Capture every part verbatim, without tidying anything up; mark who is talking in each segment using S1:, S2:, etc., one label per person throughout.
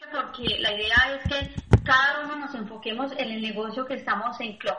S1: porque la idea es que cada uno nos enfoquemos en el negocio que estamos en Club.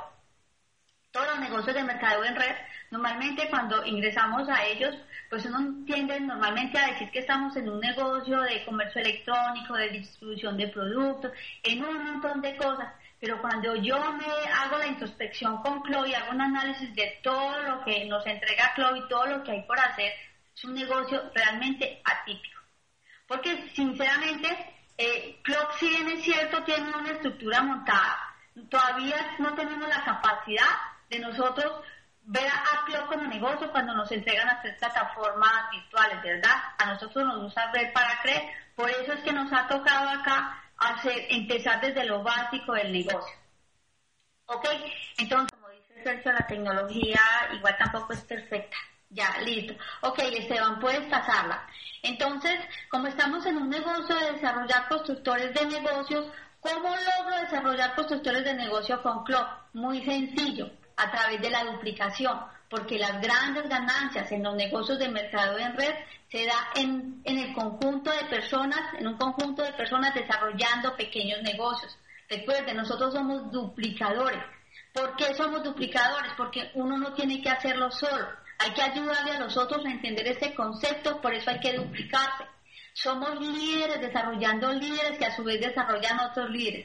S1: Todos los negocios de mercadeo en red, normalmente cuando ingresamos a ellos, pues uno tiende normalmente a decir que estamos en un negocio de comercio electrónico, de distribución de productos, en un montón de cosas. Pero cuando yo me hago la introspección con Club y hago un análisis de todo lo que nos entrega Club y todo lo que hay por hacer, es un negocio realmente atípico. Porque sinceramente, eh, Club, si bien es cierto, tiene una estructura montada, todavía no tenemos la capacidad de nosotros ver a Club como negocio cuando nos entregan las tres plataformas virtuales, ¿verdad? A nosotros nos gusta ver para creer, por eso es que nos ha tocado acá hacer, empezar desde lo básico del negocio. ¿Ok? Entonces, como dice Sergio, la tecnología igual tampoco es perfecta. Ya, listo. Ok, Esteban, puedes pasarla. Entonces, como estamos en un negocio de desarrollar constructores de negocios, ¿cómo logro desarrollar constructores de negocio con Club? Muy sencillo, a través de la duplicación, porque las grandes ganancias en los negocios de mercado en red se da en, en el conjunto de personas, en un conjunto de personas desarrollando pequeños negocios. Recuerden, nosotros somos duplicadores. ¿Por qué somos duplicadores? Porque uno no tiene que hacerlo solo. Hay que ayudarle a los otros a entender este concepto, por eso hay que duplicarse. Somos líderes desarrollando líderes que a su vez desarrollan otros líderes.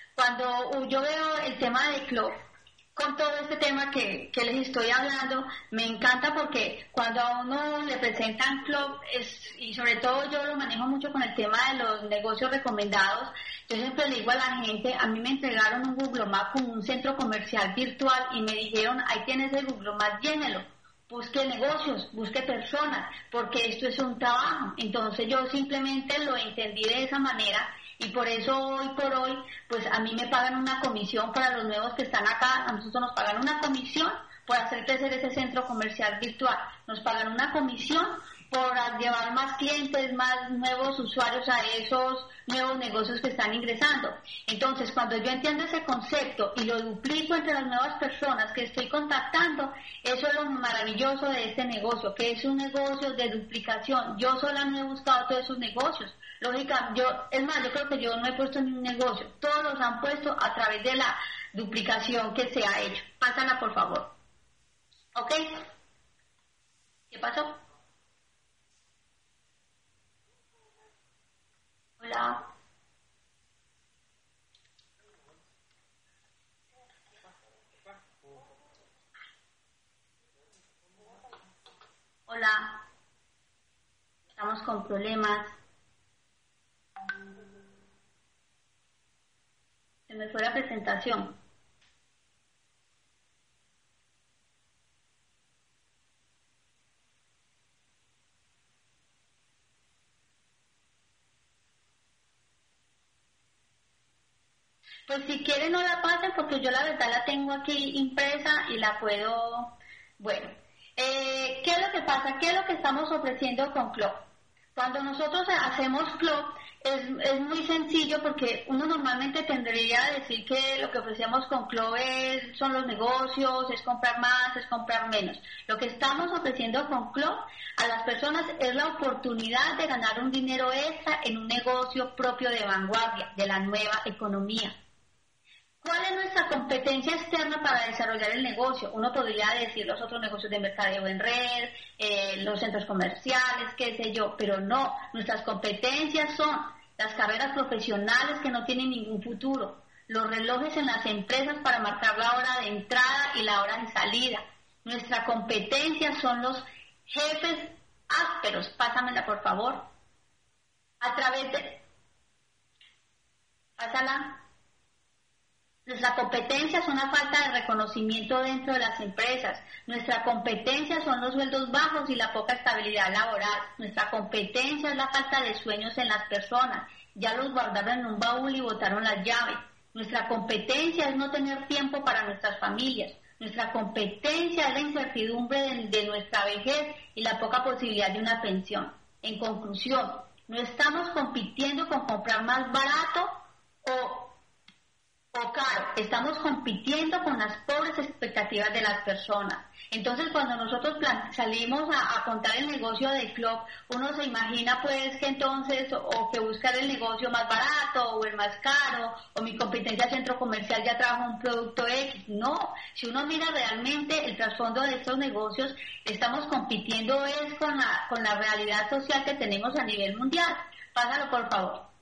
S1: Cuando yo veo el tema de Club, con todo este tema que, que les estoy hablando, me encanta porque cuando a uno le presentan Club, es, y sobre todo yo lo manejo mucho con el tema de los negocios recomendados, yo siempre le digo a la gente, a mí me entregaron un Google Maps con un centro comercial virtual y me dijeron, ahí tienes el Google Maps, llénelo. Busque negocios, busque personas, porque esto es un trabajo. Entonces yo simplemente lo entendí de esa manera y por eso hoy por hoy, pues a mí me pagan una comisión para los nuevos que están acá, a nosotros nos pagan una comisión por hacer crecer ese centro comercial virtual, nos pagan una comisión por llevar más clientes, más nuevos usuarios a esos nuevos negocios que están ingresando. Entonces, cuando yo entiendo ese concepto y lo duplico entre las nuevas personas que estoy contactando, eso es lo maravilloso de este negocio, que es un negocio de duplicación. Yo sola no he buscado todos esos negocios. Lógica, yo, es más, yo creo que yo no he puesto ni un negocio. Todos los han puesto a través de la duplicación que se ha hecho. Pásala, por favor. ¿Ok? ¿Qué pasó? Hola. Hola. Estamos con problemas. Se me fue la presentación. Pues si quieren no la pasen porque yo la verdad la tengo aquí impresa y la puedo... Bueno, eh, ¿qué es lo que pasa? ¿Qué es lo que estamos ofreciendo con Club? Cuando nosotros hacemos Club es, es muy sencillo porque uno normalmente tendría a decir que lo que ofrecemos con Club es, son los negocios, es comprar más, es comprar menos. Lo que estamos ofreciendo con Club a las personas es la oportunidad de ganar un dinero extra en un negocio propio de vanguardia, de la nueva economía. ¿Cuál es nuestra competencia externa para desarrollar el negocio? Uno podría decir los otros negocios de mercadeo en red, eh, los centros comerciales, qué sé yo, pero no, nuestras competencias son las carreras profesionales que no tienen ningún futuro, los relojes en las empresas para marcar la hora de entrada y la hora de salida. Nuestra competencia son los jefes ásperos, pásamela por favor, a través de... Pásala. Nuestra competencia es una falta de reconocimiento dentro de las empresas. Nuestra competencia son los sueldos bajos y la poca estabilidad laboral. Nuestra competencia es la falta de sueños en las personas. Ya los guardaron en un baúl y botaron las llaves. Nuestra competencia es no tener tiempo para nuestras familias. Nuestra competencia es la incertidumbre de, de nuestra vejez y la poca posibilidad de una pensión. En conclusión, no estamos compitiendo con comprar más barato o o caro. Claro, estamos compitiendo con las pobres expectativas de las personas. Entonces, cuando nosotros plan- salimos a, a contar el negocio de Club, uno se imagina pues que entonces, o, o que buscar el negocio más barato, o el más caro, o mi competencia centro comercial ya trajo un producto X. No, si uno mira realmente el trasfondo de estos negocios, estamos compitiendo es con la, con la realidad social que tenemos a nivel mundial. Pásalo, por favor.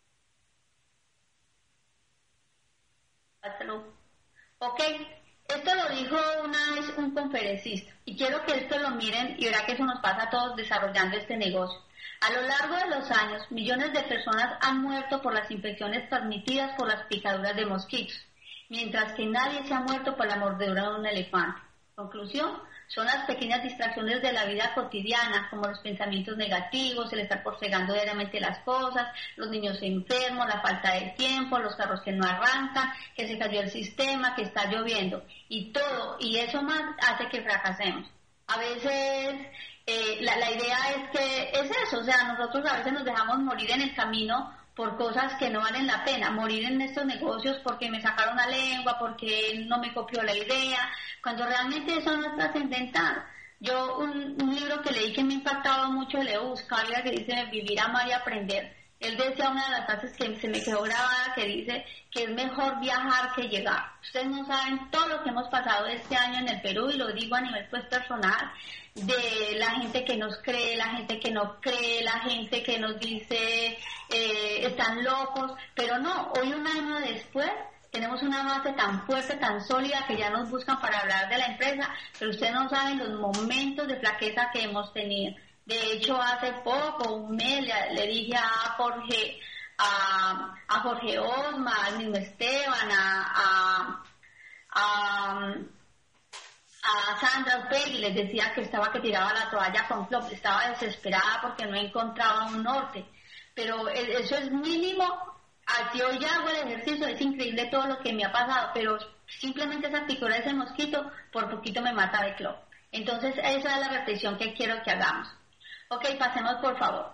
S1: Ok, esto lo dijo una vez un conferencista y quiero que esto lo miren y verá que eso nos pasa a todos desarrollando este negocio. A lo largo de los años, millones de personas han muerto por las infecciones transmitidas por las picaduras de mosquitos, mientras que nadie se ha muerto por la mordedura de un elefante. Conclusión, son las pequeñas distracciones de la vida cotidiana, como los pensamientos negativos, el estar postergando diariamente las cosas, los niños enfermos, la falta de tiempo, los carros que no arrancan, que se cayó el sistema, que está lloviendo, y todo, y eso más hace que fracasemos. A veces eh, la, la idea es que es eso, o sea, nosotros a veces nos dejamos morir en el camino por cosas que no valen la pena, morir en estos negocios porque me sacaron la lengua, porque no me copió la idea, cuando realmente eso no es trascendental. Yo un, un libro que leí que me ha impactado mucho, Leo Buscaglia, que dice Vivir, Amar y Aprender. Él decía una de las frases que se me quedó grabada, que dice que es mejor viajar que llegar. Ustedes no saben todo lo que hemos pasado este año en el Perú, y lo digo a nivel pues personal, de la gente que nos cree, la gente que no cree, la gente que nos dice eh, están locos, pero no, hoy un año después tenemos una base tan fuerte, tan sólida, que ya nos buscan para hablar de la empresa, pero ustedes no saben los momentos de flaqueza que hemos tenido. De hecho, hace poco, un mes, le, le dije a Jorge, a, a Jorge Osma, al mismo Esteban, a, a, a, a Sandra Upegui, les decía que estaba que tiraba la toalla con Club, estaba desesperada porque no encontraba un norte, pero eso es mínimo. Así hoy ya hago el ejercicio, es increíble todo lo que me ha pasado, pero simplemente esa picura de ese mosquito, por poquito me mata de Club. Entonces, esa es la reflexión que quiero que hagamos. Ok, pasemos por favor.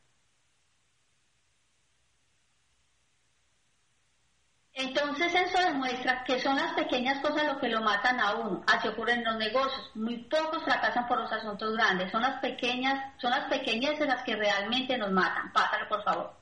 S1: Entonces eso demuestra que son las pequeñas cosas lo que lo matan a uno. Así ocurre en los negocios. Muy pocos fracasan por los asuntos grandes. Son las pequeñas, son las pequeñeces las que realmente nos matan. Pásalo por favor.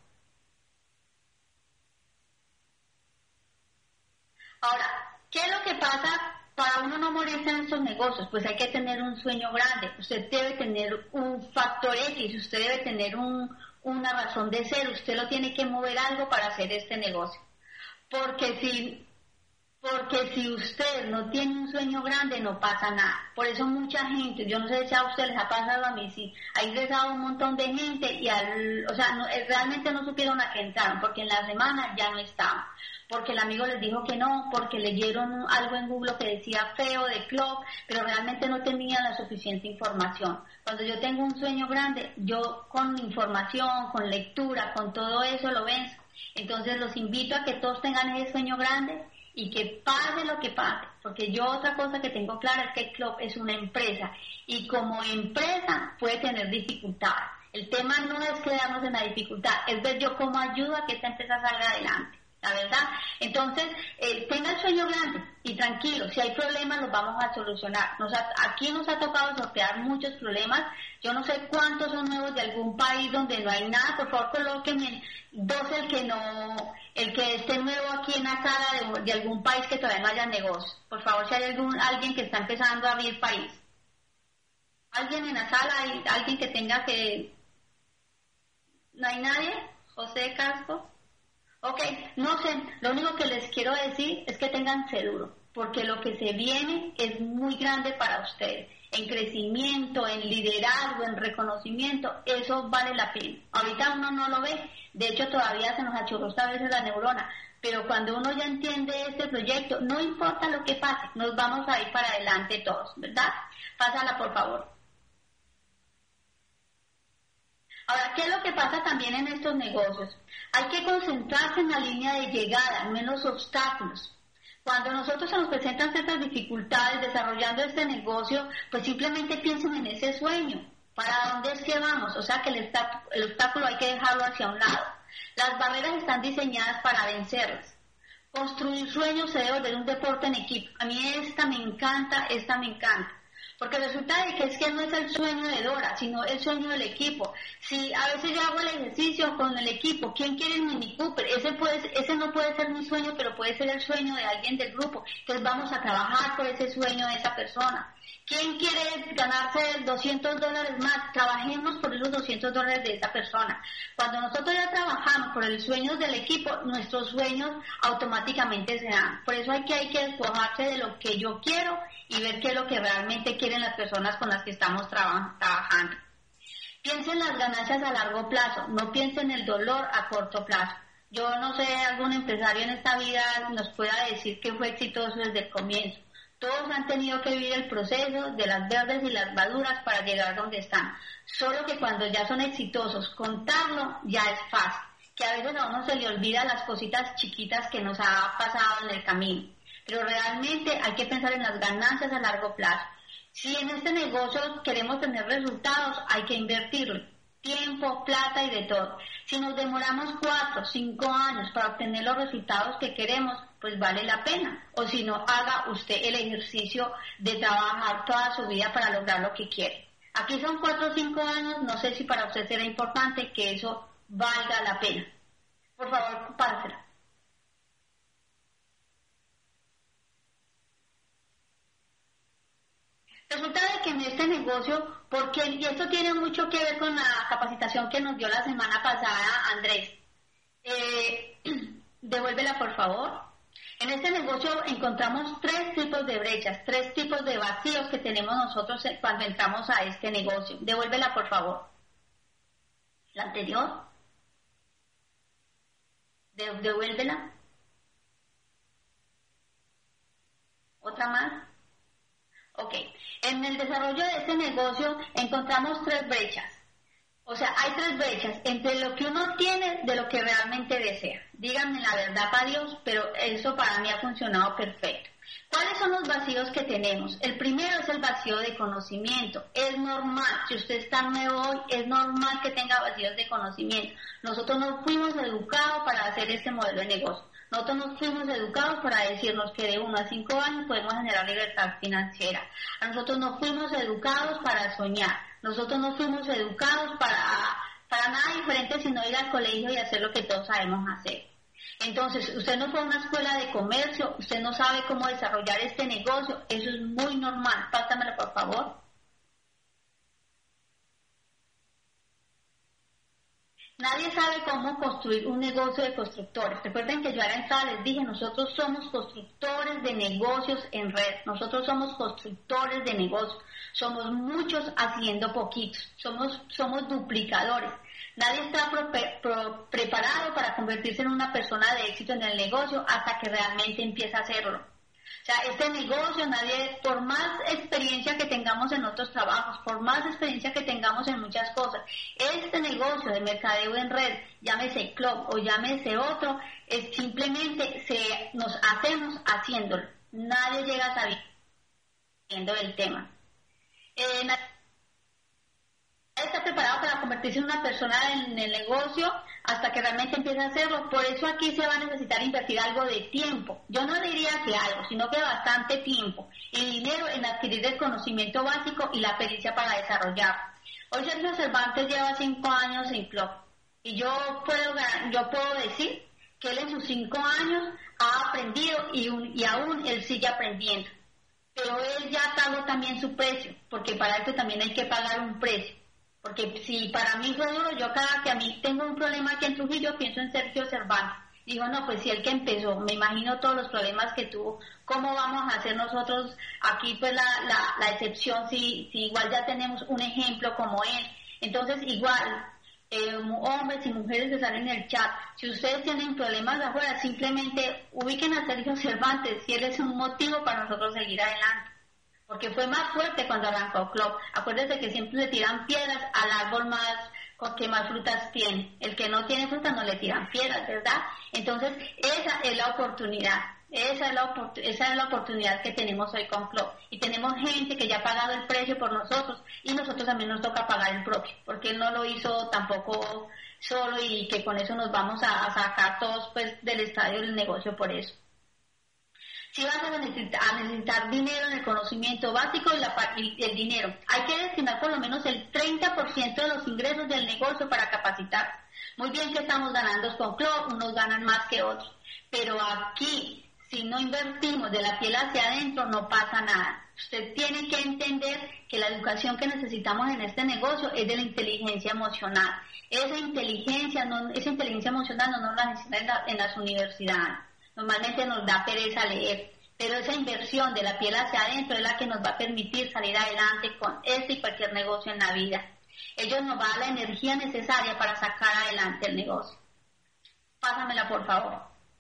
S1: Ahora, ¿qué es lo que pasa para uno no morirse en estos negocios? Pues hay que tener un sueño grande. Usted debe tener un factor X, usted debe tener un, una razón de ser, usted lo tiene que mover algo para hacer este negocio. Porque si, porque si usted no tiene un sueño grande, no pasa nada. Por eso mucha gente, yo no sé si a usted les ha pasado, a mí sí, ha ingresado un montón de gente y al, o sea, no, realmente no supieron a qué entraron, porque en la semana ya no estaban. Porque el amigo les dijo que no, porque leyeron algo en Google que decía feo de Club, pero realmente no tenían la suficiente información. Cuando yo tengo un sueño grande, yo con información, con lectura, con todo eso lo venzo. Entonces los invito a que todos tengan ese sueño grande y que pase lo que pase, porque yo otra cosa que tengo clara es que Club es una empresa y como empresa puede tener dificultades. El tema no es quedarnos en la dificultad, es ver yo cómo ayudo a que esta empresa salga adelante. La verdad, entonces eh, tenga el sueño grande y tranquilo, si hay problemas los vamos a solucionar. Nos ha, aquí nos ha tocado sortear muchos problemas, yo no sé cuántos son nuevos de algún país donde no hay nada, por favor colóquenme dos el que no, el que esté nuevo aquí en la sala de, de algún país que todavía no haya negocios. Por favor, si hay algún, alguien que está empezando a abrir país. ¿Alguien en la sala? ¿Hay alguien que tenga que...? ¿No hay nadie? ¿José Casco? Ok, no sé, lo único que les quiero decir es que tengan duro, porque lo que se viene es muy grande para ustedes. En crecimiento, en liderazgo, en reconocimiento, eso vale la pena. Ahorita uno no lo ve, de hecho todavía se nos achurrosta a veces la neurona, pero cuando uno ya entiende este proyecto, no importa lo que pase, nos vamos a ir para adelante todos, ¿verdad? Pásala por favor. Ahora, ¿qué es lo que pasa también en estos negocios? Hay que concentrarse en la línea de llegada, menos obstáculos. Cuando nosotros se nos presentan ciertas dificultades desarrollando este negocio, pues simplemente piensen en ese sueño. ¿Para dónde es que vamos? O sea que el, el obstáculo hay que dejarlo hacia un lado. Las barreras están diseñadas para vencerlas. Construir sueños se debe volver un deporte en equipo. A mí esta me encanta, esta me encanta. Porque resulta de que es que no es el sueño de Dora, sino el sueño del equipo. Si a veces yo hago el ejercicio con el equipo, ¿quién quiere el Mini Cooper? Ese, puede, ese no puede ser mi sueño, pero puede ser el sueño de alguien del grupo. Entonces vamos a trabajar por ese sueño de esa persona. ¿Quién quiere ganarse doscientos dólares más? Trabajemos por esos doscientos dólares de esa persona. Cuando nosotros ya trabajamos por el sueño del equipo, nuestros sueños automáticamente se dan. Por eso hay que, hay que despojarse de lo que yo quiero y ver qué es lo que realmente quieren las personas con las que estamos traba- trabajando. Piensen en las ganancias a largo plazo, no piensen en el dolor a corto plazo. Yo no sé, algún empresario en esta vida nos pueda decir que fue exitoso desde el comienzo. Todos han tenido que vivir el proceso de las verdes y las maduras para llegar donde están. Solo que cuando ya son exitosos, contarlo ya es fácil. Que a veces a uno se le olvida las cositas chiquitas que nos ha pasado en el camino. Pero realmente hay que pensar en las ganancias a largo plazo. Si en este negocio queremos tener resultados, hay que invertirlo. Tiempo, plata y de todo. Si nos demoramos cuatro, cinco años para obtener los resultados que queremos, pues vale la pena. O si no, haga usted el ejercicio de trabajar toda su vida para lograr lo que quiere. Aquí son cuatro o cinco años, no sé si para usted será importante que eso valga la pena. Por favor, pásela. Resulta de que en este negocio, porque y esto tiene mucho que ver con la capacitación que nos dio la semana pasada Andrés, eh, devuélvela por favor. En este negocio encontramos tres tipos de brechas, tres tipos de vacíos que tenemos nosotros cuando entramos a este negocio. Devuélvela por favor. La anterior. De, devuélvela. Otra más. Ok, en el desarrollo de este negocio encontramos tres brechas. O sea, hay tres brechas entre lo que uno tiene de lo que realmente desea. Díganme la verdad para Dios, pero eso para mí ha funcionado perfecto. ¿Cuáles son los vacíos que tenemos? El primero es el vacío de conocimiento. Es normal, si usted está nuevo hoy, es normal que tenga vacíos de conocimiento. Nosotros no fuimos educados para hacer este modelo de negocio. Nosotros nos fuimos educados para decirnos que de uno a cinco años podemos generar libertad financiera. A nosotros nos fuimos educados para soñar. Nosotros no fuimos educados para, para nada diferente sino ir al colegio y hacer lo que todos sabemos hacer. Entonces, usted no fue a una escuela de comercio, usted no sabe cómo desarrollar este negocio, eso es muy normal. Pásamelo, por favor. Nadie sabe cómo construir un negocio de constructores. Recuerden que yo a la entrada les dije, nosotros somos constructores de negocios en red. Nosotros somos constructores de negocios. Somos muchos haciendo poquitos. Somos, somos duplicadores. Nadie está pro, pro, preparado para convertirse en una persona de éxito en el negocio hasta que realmente empieza a hacerlo. O sea, este negocio, nadie, por más experiencia que tengamos en otros trabajos, por más experiencia que tengamos en muchas cosas, este negocio de mercadeo en red, llámese club o llámese otro, es simplemente se, nos hacemos haciéndolo. Nadie llega a sabiendo el tema. Eh, nadie está preparado para convertirse en una persona en el negocio hasta que realmente empiece a hacerlo. Por eso aquí se va a necesitar invertir algo de tiempo. Yo no diría que algo, sino que bastante tiempo y dinero en adquirir el conocimiento básico y la pericia para desarrollarlo. Hoy Sergio Cervantes lleva cinco años en club y yo puedo, yo puedo decir que él en sus cinco años ha aprendido y, un, y aún él sigue aprendiendo. Pero él ya pagó también su precio, porque para esto también hay que pagar un precio. Porque si para mí fue duro, yo cada que a mí tengo un problema aquí en Trujillo, pienso en Sergio Cervantes. Digo, no, pues si el que empezó, me imagino todos los problemas que tuvo, ¿cómo vamos a hacer nosotros aquí pues la, la, la excepción si, si igual ya tenemos un ejemplo como él? Entonces igual, eh, hombres y mujeres que salen en el chat, si ustedes tienen problemas afuera, simplemente ubiquen a Sergio Cervantes, si él es un motivo para nosotros seguir adelante. Porque fue más fuerte cuando arrancó Club. Acuérdense que siempre le tiran piedras al árbol más que más frutas tiene. El que no tiene frutas no le tiran piedras, ¿verdad? Entonces, esa es la oportunidad. Esa es la, opor- esa es la oportunidad que tenemos hoy con Club. Y tenemos gente que ya ha pagado el precio por nosotros y nosotros también nos toca pagar el propio, porque él no lo hizo tampoco solo y que con eso nos vamos a, a sacar todos pues del estadio del negocio por eso. Si vas a necesitar, a necesitar dinero en el conocimiento básico y, la, y el dinero. Hay que destinar por lo menos el treinta por ciento de los ingresos del negocio para capacitar. Muy bien que estamos ganando con Club, unos ganan más que otros. Pero aquí, si no invertimos de la piel hacia adentro, no pasa nada. Usted tiene que entender que la educación que necesitamos en este negocio es de la inteligencia emocional. Esa inteligencia, no, esa inteligencia emocional no nos la necesitan en, la, en las universidades. Normalmente nos da pereza leer, pero esa inversión de la piel hacia adentro es la que nos va a permitir salir adelante con este y cualquier negocio en la vida. Ellos nos van a dar la energía necesaria para sacar adelante el negocio. Pásamela, por favor.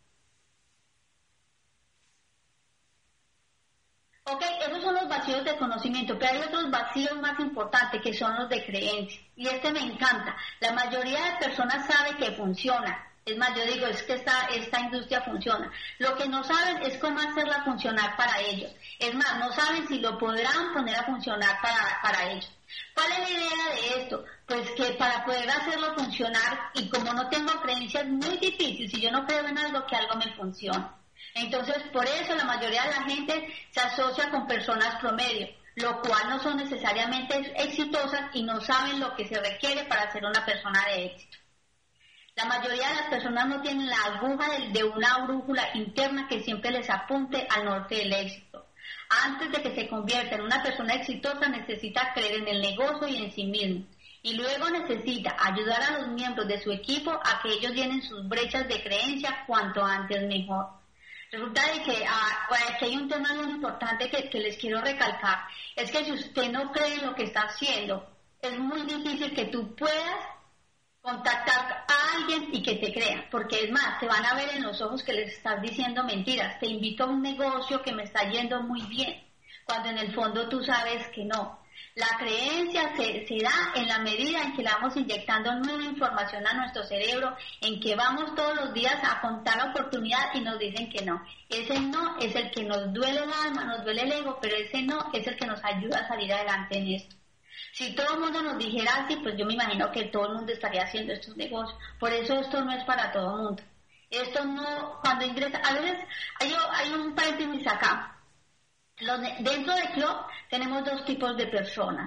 S1: Ok, esos son los vacíos de conocimiento, pero hay otros vacíos más importantes que son los de creencia. Y este me encanta. La mayoría de personas sabe que funciona. Es más, yo digo, es que esta, esta industria funciona. Lo que no saben es cómo hacerla funcionar para ellos. Es más, no saben si lo podrán poner a funcionar para, para ellos. ¿Cuál es la idea de esto? Pues que para poder hacerlo funcionar, y como no tengo creencias, es muy difícil. Si yo no creo en algo, que algo me funcione. Entonces, por eso la mayoría de la gente se asocia con personas promedio, lo cual no son necesariamente exitosas y no saben lo que se requiere para ser una persona de éxito. La mayoría de las personas no tienen la aguja de, de una brújula interna que siempre les apunte al norte del éxito. Antes de que se convierta en una persona exitosa, necesita creer en el negocio y en sí mismo. Y luego necesita ayudar a los miembros de su equipo a que ellos llenen sus brechas de creencia cuanto antes mejor. Resulta de que ah, aquí hay un tema muy importante que, que les quiero recalcar. Es que si usted no cree en lo que está haciendo, es muy difícil que tú puedas contactar a alguien y que te crea, porque es más, te van a ver en los ojos que les estás diciendo mentiras. Te invito a un negocio que me está yendo muy bien, cuando en el fondo tú sabes que no. La creencia se, se da en la medida en que le vamos inyectando nueva información a nuestro cerebro, en que vamos todos los días a contar la oportunidad y nos dicen que no. Ese no es el que nos duele el alma, nos duele el ego, pero ese no es el que nos ayuda a salir adelante en esto. Si todo el mundo nos dijera así, pues yo me imagino que todo el mundo estaría haciendo estos negocios. Por eso esto no es para todo el mundo. Esto no, cuando ingresa, a veces hay, hay un paréntesis acá. Los de, dentro del club tenemos dos tipos de personas.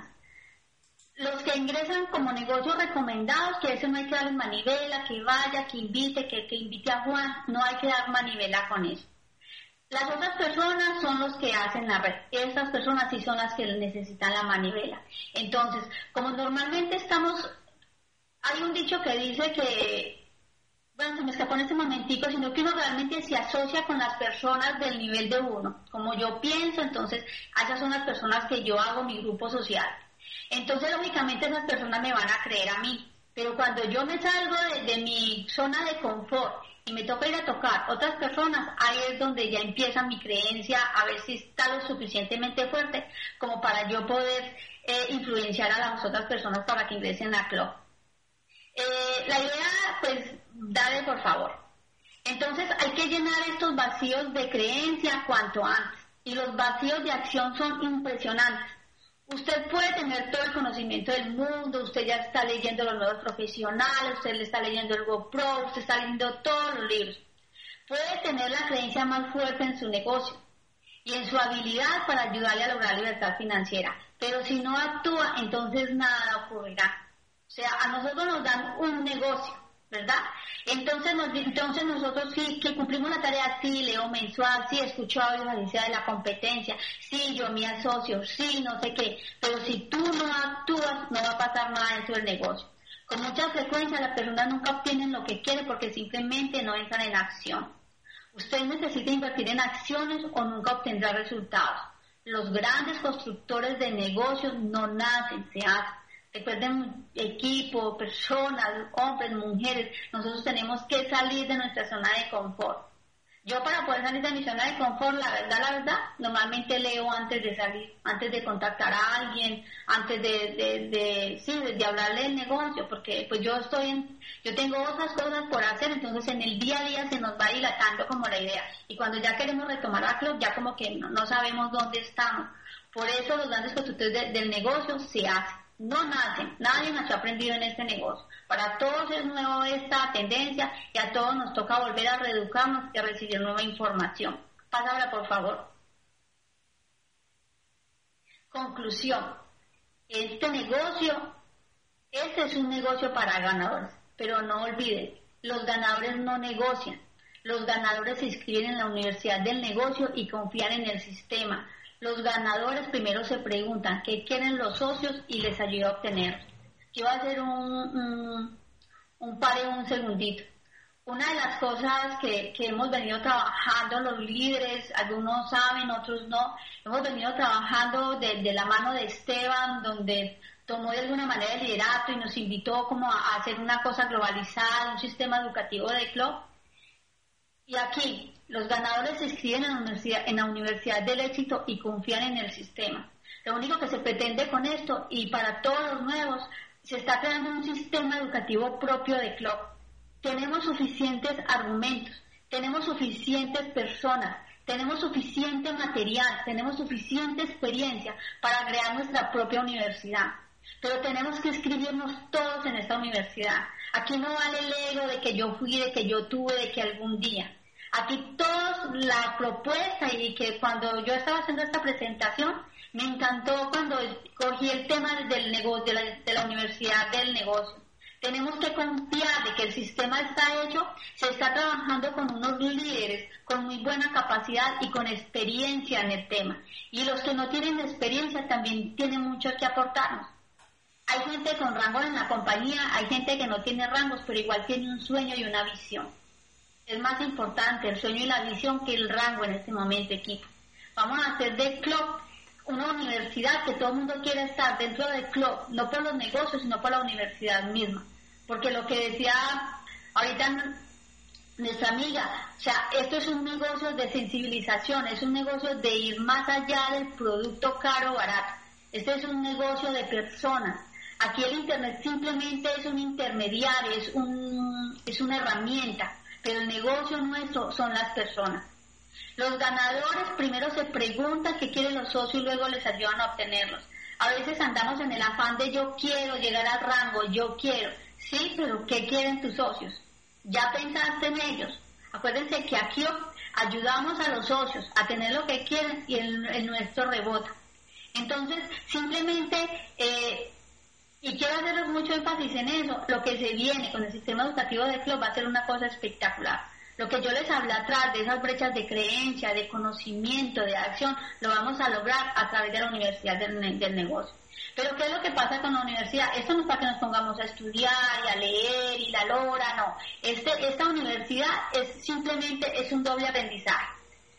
S1: Los que ingresan como negocios recomendados, que a eso no hay que dar manivela, que vaya, que invite, que, que invite a Juan, no hay que dar manivela con eso. Las otras personas son los que hacen la red. Estas personas sí son las que necesitan la manivela. Entonces, como normalmente estamos, hay un dicho que dice que, bueno, se me escapó en este momentico, sino que uno realmente se asocia con las personas del nivel de uno. Como yo pienso, entonces, esas son las personas que yo hago mi grupo social. Entonces, lógicamente, esas personas me van a creer a mí. Pero cuando yo me salgo de, de mi zona de confort y me toca ir a tocar otras personas, ahí es donde ya empieza mi creencia a ver si está lo suficientemente fuerte como para yo poder eh, influenciar a las otras personas para que ingresen a club. Eh, la idea, pues, dale por favor. Entonces hay que llenar estos vacíos de creencia cuanto antes. Y los vacíos de acción son impresionantes. Usted puede tener todo el conocimiento del mundo, usted ya está leyendo los nuevos profesionales, usted le está leyendo el GoPro, usted está leyendo todos los libros. Puede tener la creencia más fuerte en su negocio y en su habilidad para ayudarle a lograr libertad financiera. Pero si no actúa, entonces nada ocurrirá. O sea, a nosotros nos dan un negocio, ¿verdad? Entonces, nos, entonces nosotros sí que cumplimos la tarea, sí leo mensual, sí escucho audio de la competencia, sí yo me asocio, sí no sé qué, pero si tú no actúas no va a pasar nada dentro del negocio. Con mucha frecuencia las personas nunca obtienen lo que quieren porque simplemente no entran en acción. Usted necesita invertir en acciones o nunca obtendrá resultados. Los grandes constructores de negocios no nacen, se hacen. Recuerden, equipo, personas, hombres, mujeres, nosotros tenemos que salir de nuestra zona de confort. Yo para poder salir de mi zona de confort, la verdad, la verdad, normalmente leo antes de salir, antes de contactar a alguien, antes de, de, de sí, de, de hablarle del negocio, porque pues yo estoy en, yo tengo otras cosas por hacer, entonces en el día a día se nos va dilatando como la idea. Y cuando ya queremos retomar la club, ya como que no, no sabemos dónde estamos. Por eso los grandes constructores de, del negocio se hacen. no nacen, nadie nació aprendido en este negocio. Para todos es nuevo esta tendencia y a todos nos toca volver a reeducarnos y a recibir nueva información. Pásala, por favor. Conclusión. Este negocio, este es un negocio para ganadores, pero no olviden, los ganadores no negocian. Los ganadores se inscriben en la universidad del negocio y confían en el sistema. Los ganadores primero se preguntan qué quieren los socios y les ayuda a obtener. Yo voy a hacer un, un, un par de un segundito. Una de las cosas que, que hemos venido trabajando los líderes, algunos saben, otros no, hemos venido trabajando de, de la mano de Esteban, donde tomó de alguna manera el liderato y nos invitó como a, a hacer una cosa globalizada, un sistema educativo de club. Y aquí, los ganadores se inscriben en la, universidad, en la Universidad del Éxito y confían en el sistema. Lo único que se pretende con esto, y para todos los nuevos, se está creando un sistema educativo propio de club. Tenemos suficientes argumentos, tenemos suficientes personas, tenemos suficiente material, tenemos suficiente experiencia para crear nuestra propia universidad. Pero tenemos que inscribirnos todos en esta universidad. Aquí no vale el ego de que yo fui, de que yo tuve, de que algún día. Aquí todos la propuesta, y que cuando yo estaba haciendo esta presentación, me encantó cuando cogí el tema del negocio, de la, de la universidad del negocio. Tenemos que confiar de que el sistema está hecho, se está trabajando con unos líderes con muy buena capacidad y con experiencia en el tema. Y los que no tienen experiencia también tienen mucho que aportarnos. Hay gente con rangos en la compañía, hay gente que no tiene rangos, pero igual tiene un sueño y una visión. Es más importante el sueño y la visión que el rango en este momento, equipo. Vamos a hacer de club una universidad que todo el mundo quiera estar dentro del club, no por los negocios, sino por la universidad misma. Porque lo que decía ahorita nuestra amiga, o sea, esto es un negocio de sensibilización, es un negocio de ir más allá del producto caro o barato. Este es un negocio de personas. Aquí el Internet simplemente es un intermediario, es, un, es una herramienta, pero el negocio nuestro son las personas. Los ganadores primero se preguntan qué quieren los socios y luego les ayudan a obtenerlos. A veces andamos en el afán de yo quiero llegar al rango, yo quiero. Sí, pero ¿qué quieren tus socios? ¿Ya pensaste en ellos? Acuérdense que aquí ayudamos a los socios a tener lo que quieren y el, el nuestro rebota. Entonces, simplemente, eh, y quiero hacerles mucho énfasis en eso, lo que se viene con el sistema educativo de club va a ser una cosa espectacular. Lo que yo les hablé atrás de esas brechas de creencia, de conocimiento, de acción, lo vamos a lograr a través de la universidad del, del negocio. Pero ¿qué es lo que pasa con la universidad? Esto no es para que nos pongamos a estudiar y a leer y la lora, no. Este, esta universidad es simplemente es un doble aprendizaje.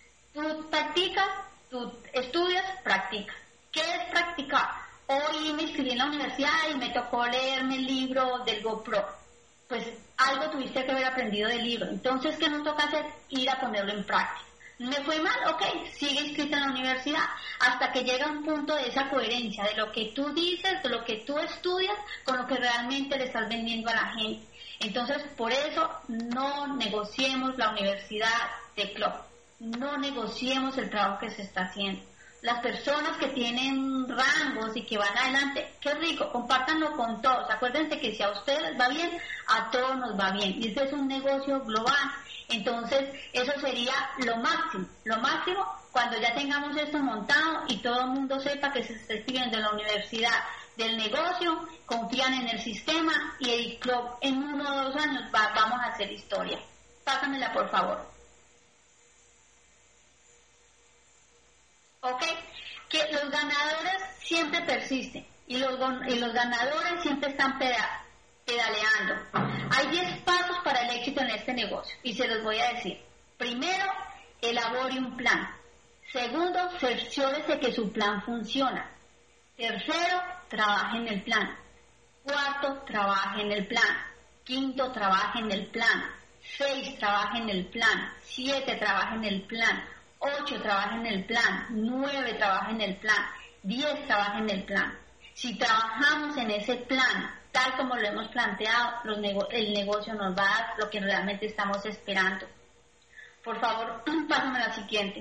S1: Tú practicas, tú estudias, practicas. ¿Qué es practicar? Hoy me inscribí en la universidad y me tocó leerme el libro del GoPro. Pues algo tuviste que haber aprendido del libro. Entonces, ¿qué nos toca hacer? Ir a ponerlo en práctica. ¿Me fue mal? Ok, sigue inscrita en la universidad hasta que llega un punto de esa coherencia, de lo que tú dices, de lo que tú estudias, con lo que realmente le estás vendiendo a la gente. Entonces, por eso, no negociemos la universidad de club. No negociemos el trabajo que se está haciendo. Las personas que tienen rangos y que van adelante, qué rico, compártanlo con todos. Acuérdense que si a ustedes les va bien, a todos nos va bien. Y este es un negocio global. Entonces, eso sería lo máximo. Lo máximo cuando ya tengamos esto montado y todo el mundo sepa que se está escribiendo en la universidad del negocio, confían en el sistema y el club en uno o dos años va, vamos a hacer historia. Pásamela, por favor. ¿Ok? Que los ganadores siempre persisten y los, y los ganadores siempre están peda, pedaleando. Hay diez pasos para el éxito en este negocio y se los voy a decir. Primero, elabore un plan. Segundo, cerciórese que su plan funciona. Tercero, trabaje en el plan. Cuarto, trabaje en el plan. Quinto, trabaje en el plan. Seis, trabaje en el plan. Siete, trabaje en el plan. Ocho, trabaja en el plan. Nueve, trabaja en el plan. Diez, trabaja en el plan. Si trabajamos en ese plan, tal como lo hemos planteado, los nego- el negocio nos va a dar lo que realmente estamos esperando. Por favor, pásame a la siguiente.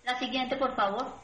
S1: La siguiente, por favor.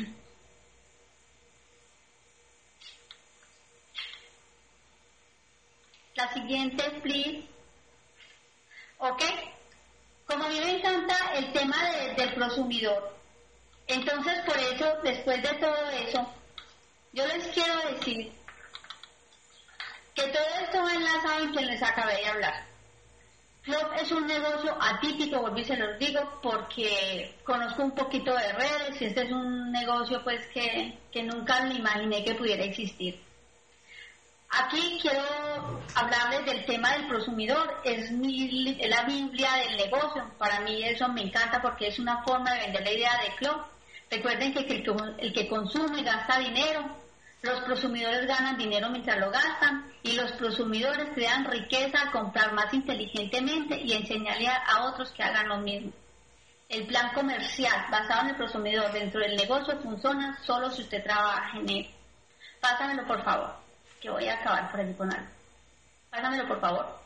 S1: La siguiente, please. ¿Ok? Como a mí me encanta el tema de, del prosumidor, entonces por eso, después de todo eso, yo les quiero decir que todo esto va enlazado en quien les acabé de hablar. Club es un negocio atípico, volví y se los digo, porque conozco un poquito de redes y este es un negocio pues que, que nunca me imaginé que pudiera existir. Aquí quiero hablarles del tema del prosumidor, es, mi, es la Biblia del negocio. Para mí eso me encanta porque es una forma de vender la idea de club. Recuerden que el que, el que consume gasta dinero, los prosumidores ganan dinero mientras lo gastan y los prosumidores crean riqueza al comprar más inteligentemente y enseñarle a, a otros que hagan lo mismo. El plan comercial basado en el prosumidor dentro del negocio funciona solo si usted trabaja en él. Pásamelo por favor, que voy a acabar por aquí con algo. Pásamelo por favor.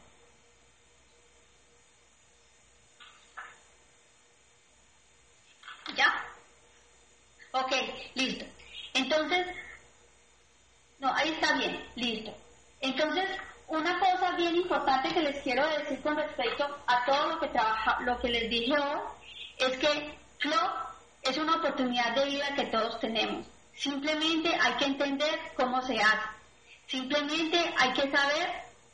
S1: ¿Ya? Ok, listo. Entonces, no, ahí está bien, listo. Entonces, una cosa bien importante que les quiero decir con respecto a todo lo que trabaja, lo que les dije hoy, es que Club es una oportunidad de vida que todos tenemos. Simplemente hay que entender cómo se hace. Simplemente hay que saber,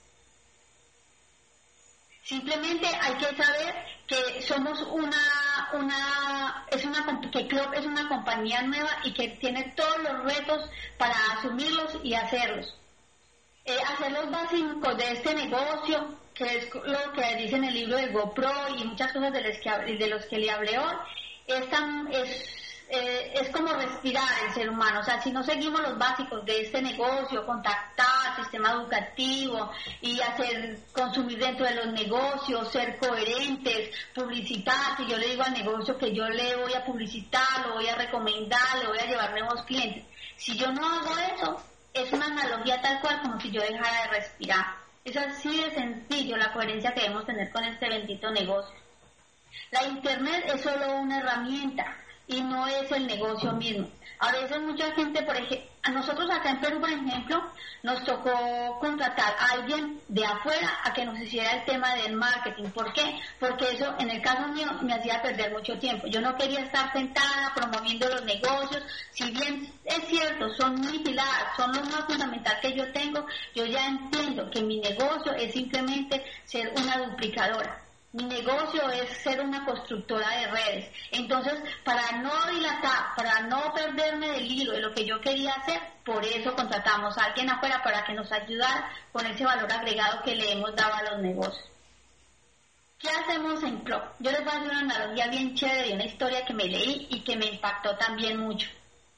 S1: simplemente hay que saber que somos una, una, es una, que Club es una compañía nueva y que tiene todos los retos para asumirlos y hacerlos. Eh, hacer los básicos de este negocio, que es lo que dice en el libro de GoPro y muchas cosas de los que, de los que le hablé hoy, es, tan, es Eh, es como respirar el ser humano. O sea, si no seguimos los básicos de este negocio, contactar, sistema educativo y hacer, consumir dentro de los negocios, ser coherentes, publicitar, si yo le digo al negocio que yo le voy a publicitar, lo voy a recomendar, le voy a llevar nuevos clientes, si yo no hago eso, es una analogía tal cual como si yo dejara de respirar. Es así de sencillo la coherencia que debemos tener con este bendito negocio. La internet es solo una herramienta y no es el negocio mismo. A veces mucha gente, por ejemplo, a nosotros acá en Perú, por ejemplo, nos tocó contratar a alguien de afuera a que nos hiciera el tema del marketing. ¿Por qué? Porque eso, en el caso mío, me hacía perder mucho tiempo. Yo no quería estar sentada promoviendo los negocios. Si bien es cierto, son mi pilar, son lo más fundamental que yo tengo, yo ya entiendo que mi negocio es simplemente ser una duplicadora. Mi negocio es ser una constructora de redes. Entonces, para no dilatar, para no perderme del hilo de lo que yo quería hacer, por eso contratamos a alguien afuera para que nos ayudara con ese valor agregado que le hemos dado a los negocios. ¿Qué hacemos en Club? Yo les voy a hacer una analogía bien chévere de una historia que me leí y que me impactó también mucho.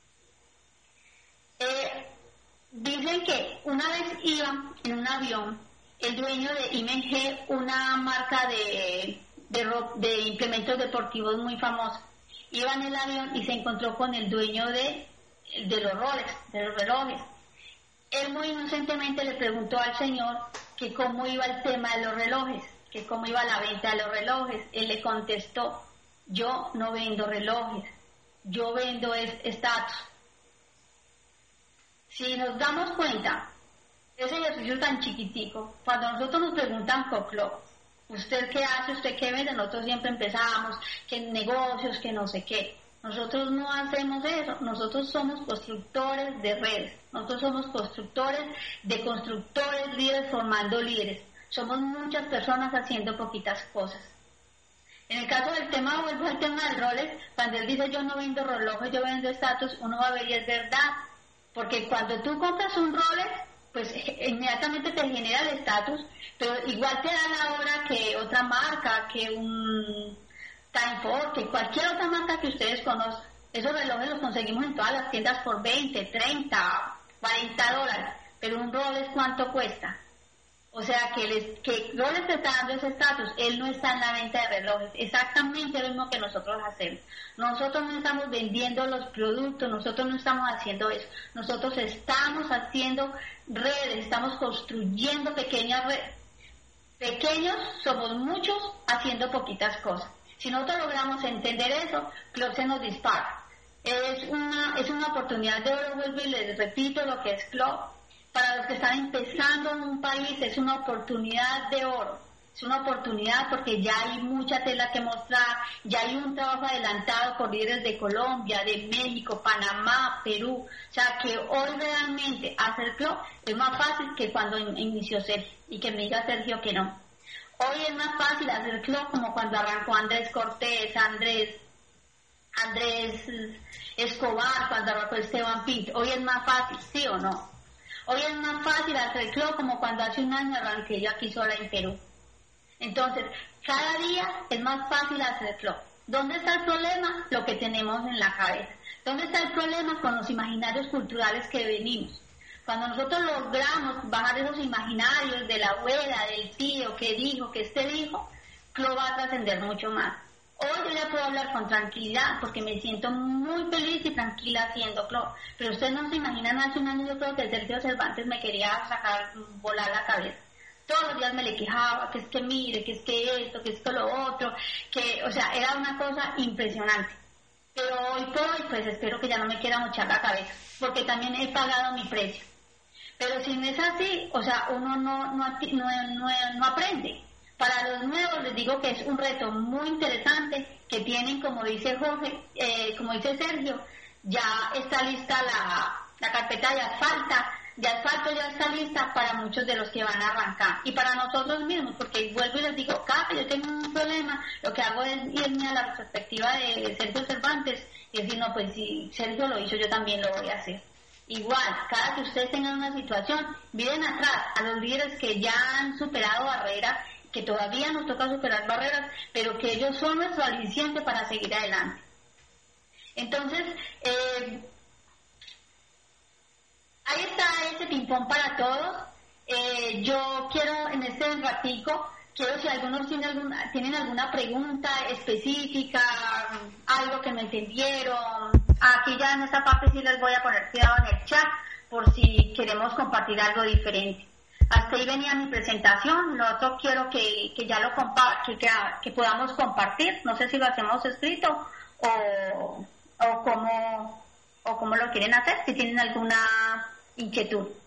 S1: Eh, dicen que una vez iba en un avión el dueño de I M G, una marca de, de, de implementos deportivos muy famosa, iba en el avión y se encontró con el dueño de, de los Rolex, de los relojes. Él muy inocentemente le preguntó al señor que cómo iba el tema de los relojes, que cómo iba la venta de los relojes. Él le contestó: yo no vendo relojes, yo vendo estatus. Si nos damos cuenta, ese ejercicio tan chiquitico, cuando nosotros nos preguntan por Club, ¿usted qué hace? ¿Usted qué vende? Nosotros siempre empezamos, que negocios, que no sé qué. Nosotros no hacemos eso, nosotros somos constructores de redes, nosotros somos constructores de constructores, líderes formando líderes. Somos muchas personas haciendo poquitas cosas. En el caso del tema, vuelvo al tema del Rolex, cuando él dice yo no vendo relojes, yo vendo estatus, uno va a ver y es verdad, porque cuando tú compras un Rolex, pues inmediatamente te genera el estatus, pero igual te da la hora que otra marca, que un Time For, que cualquier otra marca que ustedes conozcan. Esos relojes los conseguimos en todas las tiendas por veinte, treinta, cuarenta dólares, pero un Rolex ¿cuánto cuesta? O sea, que, les, que Rolex te está dando ese estatus, él no está en la venta de relojes, exactamente lo mismo que nosotros hacemos. Nosotros no estamos vendiendo los productos, nosotros no estamos haciendo eso, nosotros estamos haciendo redes, estamos construyendo pequeñas redes. Pequeños somos muchos haciendo poquitas cosas. Si nosotros logramos entender eso, Club se nos dispara. Es una, es una oportunidad de oro, vuelvo y les repito lo que es Club. Para los que están empezando en un país es una oportunidad de oro. Es una oportunidad porque ya hay mucha tela que mostrar, ya hay un trabajo adelantado por líderes de Colombia, de México, Panamá, Perú. O sea que hoy realmente hacer Club es más fácil que cuando inició Sergio y que me diga Sergio que no. Hoy es más fácil hacer Club como cuando arrancó Andrés Cortés, Andrés, Andrés Escobar, cuando arrancó Esteban Pinto. Hoy es más fácil, ¿sí o no? Hoy es más fácil hacer Club como cuando hace un año arranqué yo aquí sola en Perú. Entonces, cada día es más fácil hacer Club. ¿Dónde está el problema? Lo que tenemos en la cabeza. ¿Dónde está el problema? Con los imaginarios culturales que venimos. Cuando nosotros logramos bajar esos imaginarios de la abuela, del tío, que dijo, que este dijo, Club va a trascender mucho más. Hoy yo ya puedo hablar con tranquilidad porque me siento muy feliz y tranquila haciendo Club. Pero ustedes no se imaginan, hace un año yo creo que Sergio Cervantes me quería sacar, volar la cabeza. Todos los días me le quejaba, que es que mire, que es que esto, que esto, lo otro, que, o sea, era una cosa impresionante. Pero hoy por hoy, pues espero que ya no me quiera mochar la cabeza, porque también he pagado mi precio. Pero si no es así, o sea, uno no, no, no, no, no aprende. Para los nuevos les digo que es un reto muy interesante, que tienen, como dice Jorge, eh, como dice Sergio, ya está lista la, la carpeta de asfalto, de asfalto ya está lista para muchos de los que van a arrancar. Y para nosotros mismos, porque vuelvo y les digo, cada que yo tengo un problema, lo que hago es irme a la perspectiva de Sergio Cervantes y decir, no, pues si Sergio lo hizo, yo también lo voy a hacer. Igual, cada que ustedes tengan una situación, miren atrás a los líderes que ya han superado barreras, que todavía nos toca superar barreras, pero que ellos son nuestro aliciente para seguir adelante. Entonces, eh, ahí está ese ping-pong para todos. Eh, yo quiero en este ratico, quiero si algunos tienen alguna, tienen alguna pregunta específica, algo que no entendieron. Aquí ya en esta parte sí les voy a poner cuidado en el chat por si queremos compartir algo diferente. Hasta ahí venía mi presentación. Lo otro quiero que, que ya lo compa que, que, que podamos compartir. No sé si lo hacemos escrito o, o cómo o cómo lo quieren hacer, si tienen alguna inquietud.